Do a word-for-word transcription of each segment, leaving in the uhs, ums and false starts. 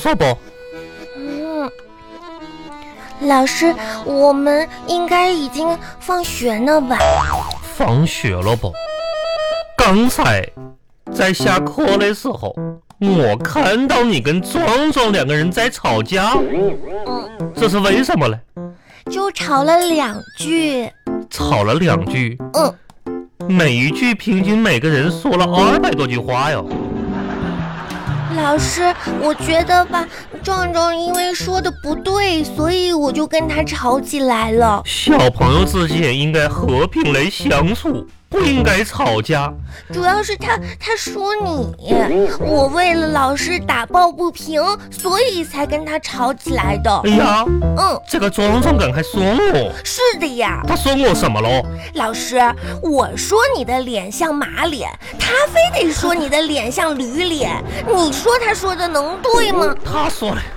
说不？ 嗯，老师，我们应该已经放学了吧？ 放学了不？刚才在下课的时候，我看到你跟壮壮两个人在吵架， 嗯， 这是为什么呢？ 就吵了两句。 吵了两句， 嗯， 每一句平均每个人说了二百多句话哟。 老师，我觉得吧，壮壮因为说的不对，所以我就跟他吵起来了。 小朋友之间应该和平的相处，不应该吵架。 主要是他他说你，我为了老师打抱不平，所以才跟他吵起来的。 哎呀， 嗯， 这个壮壮敢还说我？ 是的呀。 他说我什么喽？ 老师，我说你的脸像马脸，他非得说你的脸像驴脸，你说他说的能对吗？ 他说了，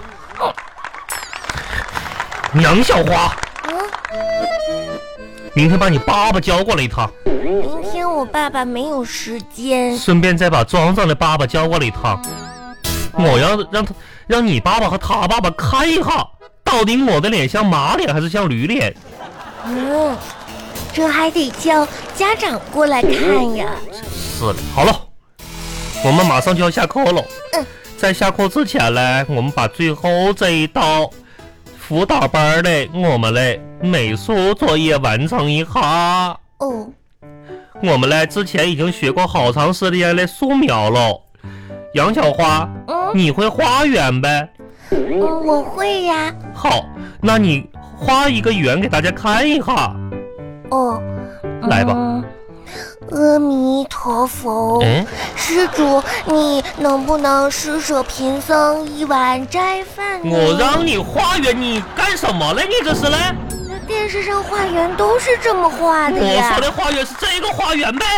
嗯、杨小花， 嗯， 明天把你爸爸叫过来一趟。 明天我爸爸没有时间， 顺便再把壮壮的爸爸叫过来一趟。我要让他让你爸爸和他爸爸看一下，到底我的脸像马脸还是像驴脸。 嗯，这还得叫家长过来看呀。 是的，好了，我们马上就要下课了。 嗯， 在下课之前呢，我们把最后这一道辅导班的我们的美术作业完成一下。 哦， 我们呢之前已经学过好长时间的素描了。杨小花， 嗯， 你会画圆呗？ 嗯，我会呀。 好，那你画一个圆给大家看一下。 哦， 来吧。 嗯，阿弥陀佛， 嗯， 施主，你能不能施舍贫僧一碗斋饭呢？ 我让你画圆，你干什么了？你这是嘞？ 那电视上画圆都是这么画的呀。 我说的画圆是这个画圆呗。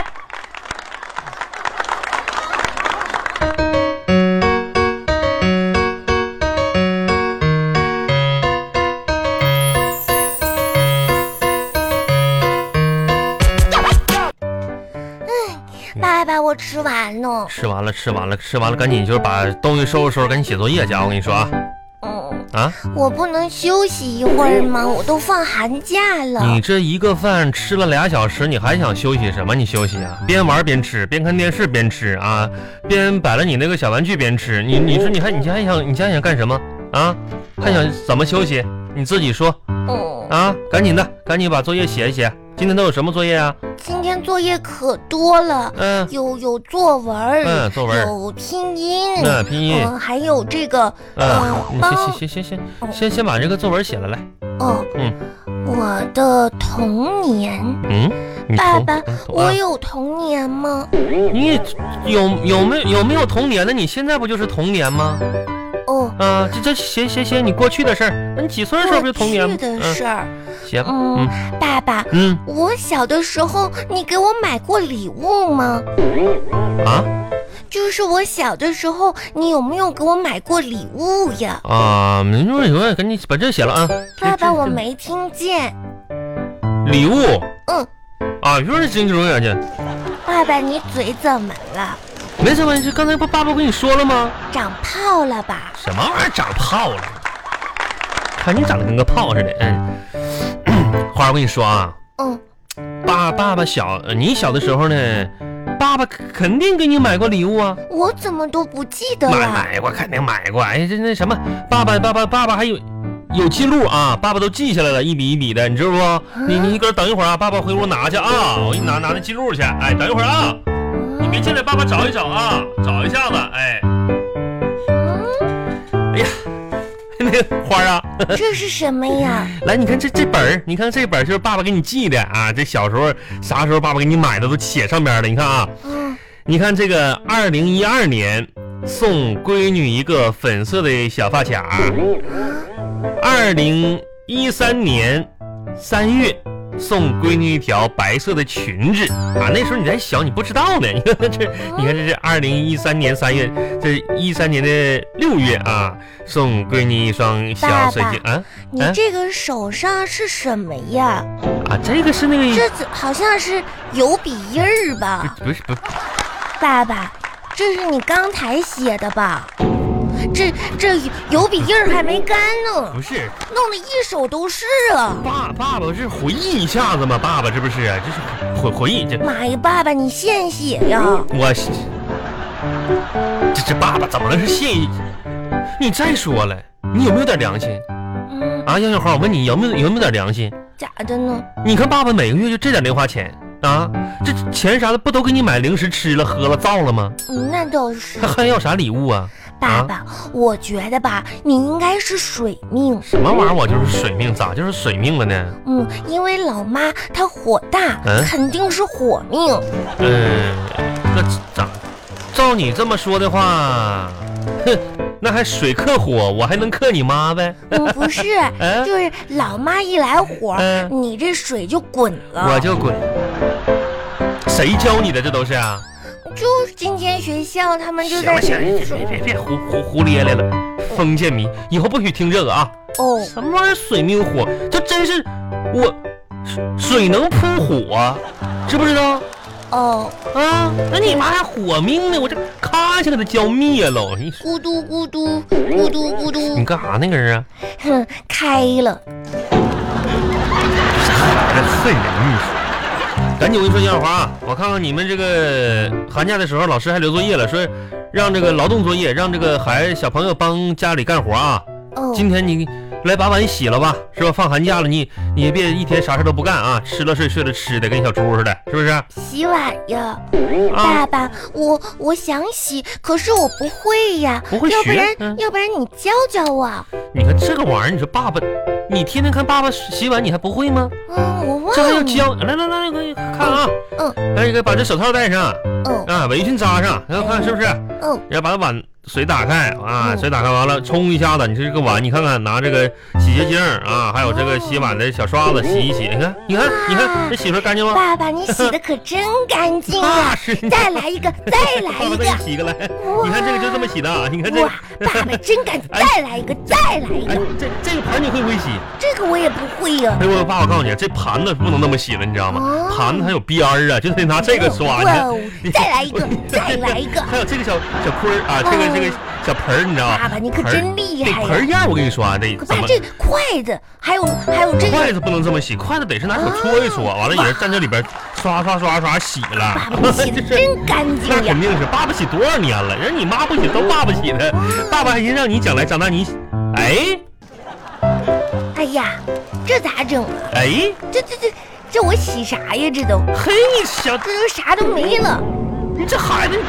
爸爸，我吃完了。 吃完了，吃完了，吃完了，赶紧就是把东西收拾收拾，赶紧写作业去啊！我跟你说啊， 嗯啊， 我不能休息一会儿吗？我都放寒假了。 你这一个饭吃了俩小时，你还想休息什么？你休息啊，边玩边吃，边看电视边吃啊，边摆了你那个小玩具边吃。你你说你还你还想你还想干什么啊？还想怎么休息？你自己说。 嗯啊，赶紧的，赶紧把作业写一写。今天都有什么作业啊？ 今天作业可多了， 嗯， 有有作文， 嗯，作文， 有拼音， 嗯，拼音， 嗯，还有这个， 嗯，你帮先先先先先先先把这个作文写了来。 哦， 嗯， 我的童年， 嗯，你童爸爸， 嗯我有童年吗？ 你有有没有有没有童年的？你现在不就是童年吗？ 哦， 啊，这这写写写你过去的事儿，那你几岁的时候不就童年吗？ 过去的事儿， 写吧， 嗯， 嗯爸爸， 嗯我小的时候你给我买过礼物吗？ 啊就是我小的时候，你有没有给我买过礼物呀？ 啊，没有礼物，赶紧把这写了啊。 爸爸，我没听见。 礼物， 嗯， 啊，又是星期六眼睛， 爸爸，你嘴怎么了？ 没什么，这刚才不爸爸跟你说了吗？ 长泡了吧？ 什么玩意儿长泡了？看你长得跟个泡似的，嗯。花儿，我跟你说啊， 嗯， 爸爸爸小，你小的时候呢，爸爸肯定给你买过礼物啊。 我怎么都不记得买了。 买过，肯定买过。哎，这那什么，爸爸爸爸爸爸还有有记录啊，爸爸都记下来了，一笔一笔的，你知道不？你你搁这等一会儿啊，爸爸回屋拿去啊，我给你拿拿那记录去。哎，等一会儿啊，你别进来，爸爸找一找啊，找一下子。哎，哎呀，那个花啊， 这是什么呀？ 来，你看这这本儿，你看这本儿就是爸爸给你记的啊，这小时候啥时候爸爸给你买的都写上边了，你看啊。 嗯， 你看这个二零一二年送闺女一个粉色的小发卡，二零一三年三月送闺女一条白色的裙子啊，那时候你还小，你不知道呢。你看这，你看这是二零一三年三月，这一三年的六月啊，送闺女一双小水晶啊。 你这个手上是什么呀？ 啊，这个是那个， 这好像是油笔印儿吧？ 不是不是。 爸爸，这是你刚才写的吧？ 这这油笔印儿还没干呢， 不是， 弄得一手都是啊！ 爸爸爸是回忆一下子嘛，爸爸这不是啊，这是回回忆这。 妈呀，爸爸你献血呀！ 我这这爸爸怎么了？是献？你再说了，你有没有点良心？ 嗯啊，杨小花，我问你有没有有没有点良心？ 咋的呢？ 你看爸爸每个月就这点零花钱啊，这钱啥的不都给你买零食吃了喝了造了吗？ 嗯，那倒是。 他还要啥礼物啊？ 爸爸，啊、我觉得吧，你应该是水命。 什么玩意儿？我就是水命，咋就是水命了呢？ 嗯，因为老妈她火大，嗯、肯定是火命。 嗯，那咋？照你这么说的话，哼，那还水克火，我还能克你妈呗？ 嗯，不是，嗯、就是老妈一来火，嗯、你这水就滚了。 我就滚。谁教你的？这都是啊。 就是今天学校他们就在行了行了，别别别胡胡胡咧咧了，封建迷，以后不许听这个啊！ 哦， 什么玩意儿水命火？这真是我水能扑火，知不知道？ 哦啊，那你妈还火命呢？我这咔一下给它浇灭了！你咕嘟咕嘟咕嘟咕嘟， 你干啥呢？搁这啊？ 哼，开了。 这孩子恨人，你说。赶紧我跟你说，杨小华，我看看你们这个寒假的时候，老师还留作业了，说让这个劳动作业，让这个孩子小朋友帮家里干活啊。 哦， 今天你来把碗洗了吧，是吧？放寒假了，你你也别一天啥事都不干啊，吃了睡，睡了吃的，跟小猪似的，是不是？ 洗碗呀，啊、爸爸，我我想洗，可是我不会呀， 不会学， 要不然、 嗯、 要不然你教教我。 你看这个玩意儿，你说爸爸。你天天看爸爸洗碗，你还不会吗？ 嗯，我忘了。 这还要教，来来来，可以看啊。嗯，来一个，把这手套戴上。嗯，啊，围裙扎上，然后看是不是？嗯，然后把碗水打开啊，水打开完了冲一下子，你这个碗，你看看，拿这个洗洁精啊，还有这个洗碗的小刷子洗一洗，你看，你看，你看，这洗出来干净吗？ 爸爸，你洗的可真干净呀！再来一个，再来一个， 再洗一个来。你看这个就这么洗的啊，你看这。 哇，爸爸真干净！再来一个，再来一个。 这这个盘你会不会洗？ 这个我也不会呀。 哎，我爸，我告诉你，这盘子不能那么洗了，你知道吗？盘子还有边儿啊，就得拿这个刷。 再来一个，再来一个。 还有这个小小坤儿啊，这个这个小盆儿，你知道吗？ 爸爸，你可真厉害呀！ 盆样，我跟你说啊，这把这筷子，还有还有这个筷子不能这么洗，筷子得是拿手搓一搓，完了也是站这里边刷刷刷刷洗了。 爸爸，你洗的真干净呀！ 那肯定是，爸爸洗多少年了？人你妈不洗，都爸爸洗的。爸爸还寻让你将来长大你洗，哎。 哎呀，这咋整啊？ 哎， 这这这这我洗啥呀？这都嘿，小这都啥都没了。 你这孩子，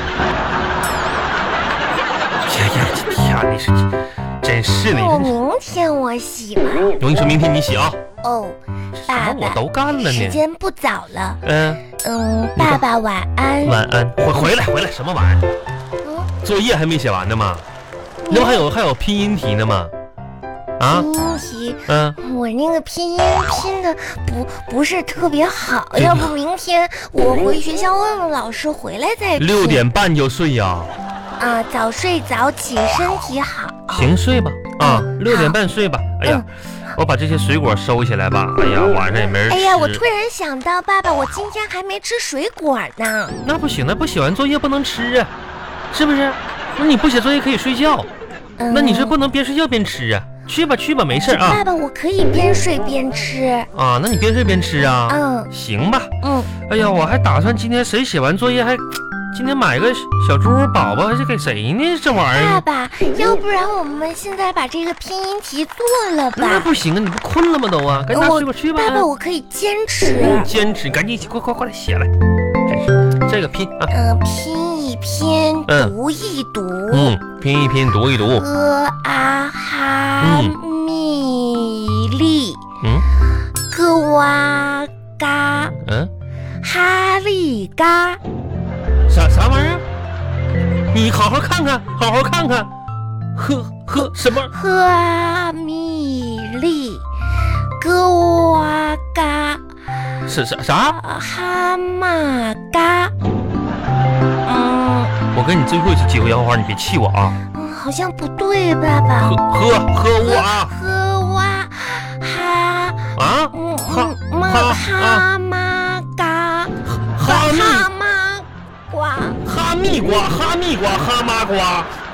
哎呀，这天你是真是的。 我明天我洗吧。 我跟你说，明天你洗啊。 哦，爸爸， 我都干了呢。 时间不早了。 嗯嗯，爸爸晚安。 晚安，回回来回来，什么玩意儿？嗯，作业还没写完呢吗？那不还有还有拼音题呢吗？啊， 拼音题， 嗯， 我那个拼音拼的不不是特别好，要不明天我回学校问问老师，回来再拼。 六点半就睡呀？ 啊，早睡早起，身体好。 行，睡吧，啊，六点半睡吧。哎呀，我把这些水果收起来吧。哎呀，晚上也没人吃。 哎呀，我突然想到，爸爸，我今天还没吃水果呢。 那不行，那不写完作业不能吃啊，是不是？那你不写作业可以睡觉，那你是不能边睡觉边吃啊。去吧去吧，没事啊。 爸爸，我可以边睡边吃啊。那你边睡边吃啊？ 嗯， 行吧。 嗯。 哎呀，我还打算今天谁写完作业还今天买个小猪宝宝，是给谁呢？这玩意儿。爸爸，要不然我们现在把这个拼音题做了吧？ 那不行啊，你不困了吗都啊？赶紧拿水果去吧。 爸爸，我可以坚持。 嗯、坚持，赶紧快快快来写来。真是这个拼啊。 嗯、呃，拼一拼，读一读。 嗯，拼一拼，读一读。 呃啊哈密利。 嗯。 咯哇嘎。 嗯。 哈利嘎。 啥啥玩意儿？你好好看看，好好看看。呵呵什么？ 呵啊密利。咯哇嘎。 是啥啥？ 哈马嘎。嗯， 我跟你最后一次机会，杨花，你别气我啊。 嗯，好像不对，爸爸。 喝喝哇啊。 喝哇哈啊。 嗯哈哈马嘎。 哈密瓜。 哈密瓜，哈密瓜，哈麻瓜。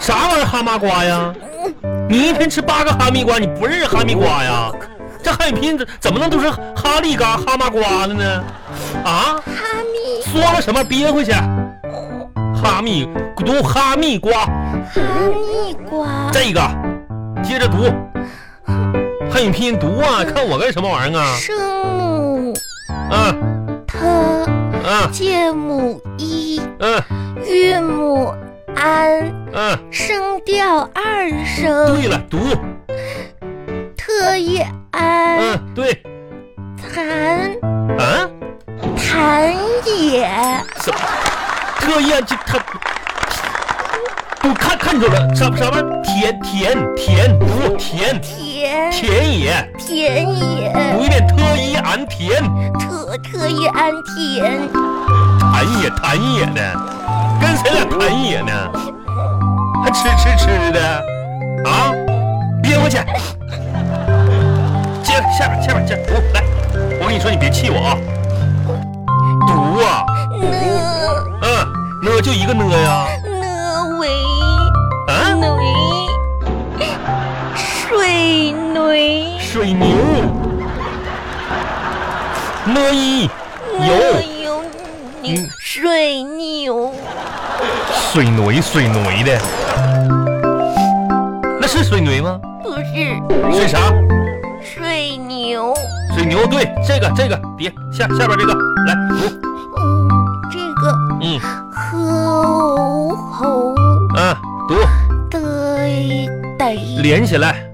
啥玩意儿哈麻瓜呀？你一天吃八个哈密瓜，你不认识哈密瓜呀？这汉语拼音怎么能都是哈利嘎哈麻瓜的呢？啊？ 哈密说了什么？憋回去。哈密读哈密瓜， 哈密瓜， 这个接着读。汉语拼音读啊！看我干什么玩意儿啊？ 声母嗯特， 嗯介母一， 嗯韵母安， 嗯， 声调二声， 对了，读。 特一安， 嗯，对。 弹啊？ 弹也， 什么？特意这他，我看看出了什什么？田田田读田田田野， 田也， 读一遍特一安田， 特特一安田， 弹野弹野呢，跟谁俩弹野呢？还吃吃吃的啊？憋回去。接着下边下边接着读来，我跟你说，你别气我啊。读啊， 呢嗯，呢就一个呢呀。 呢为啊， 女，水女， 水牛，呢一呢有有女嗯水牛， 水女水女的，那是水女吗？ 不是水啥？ 水牛， 水牛，对，这个这个别下下边这个来读。 嗯，这个嗯吼吼啊，读得得连起来。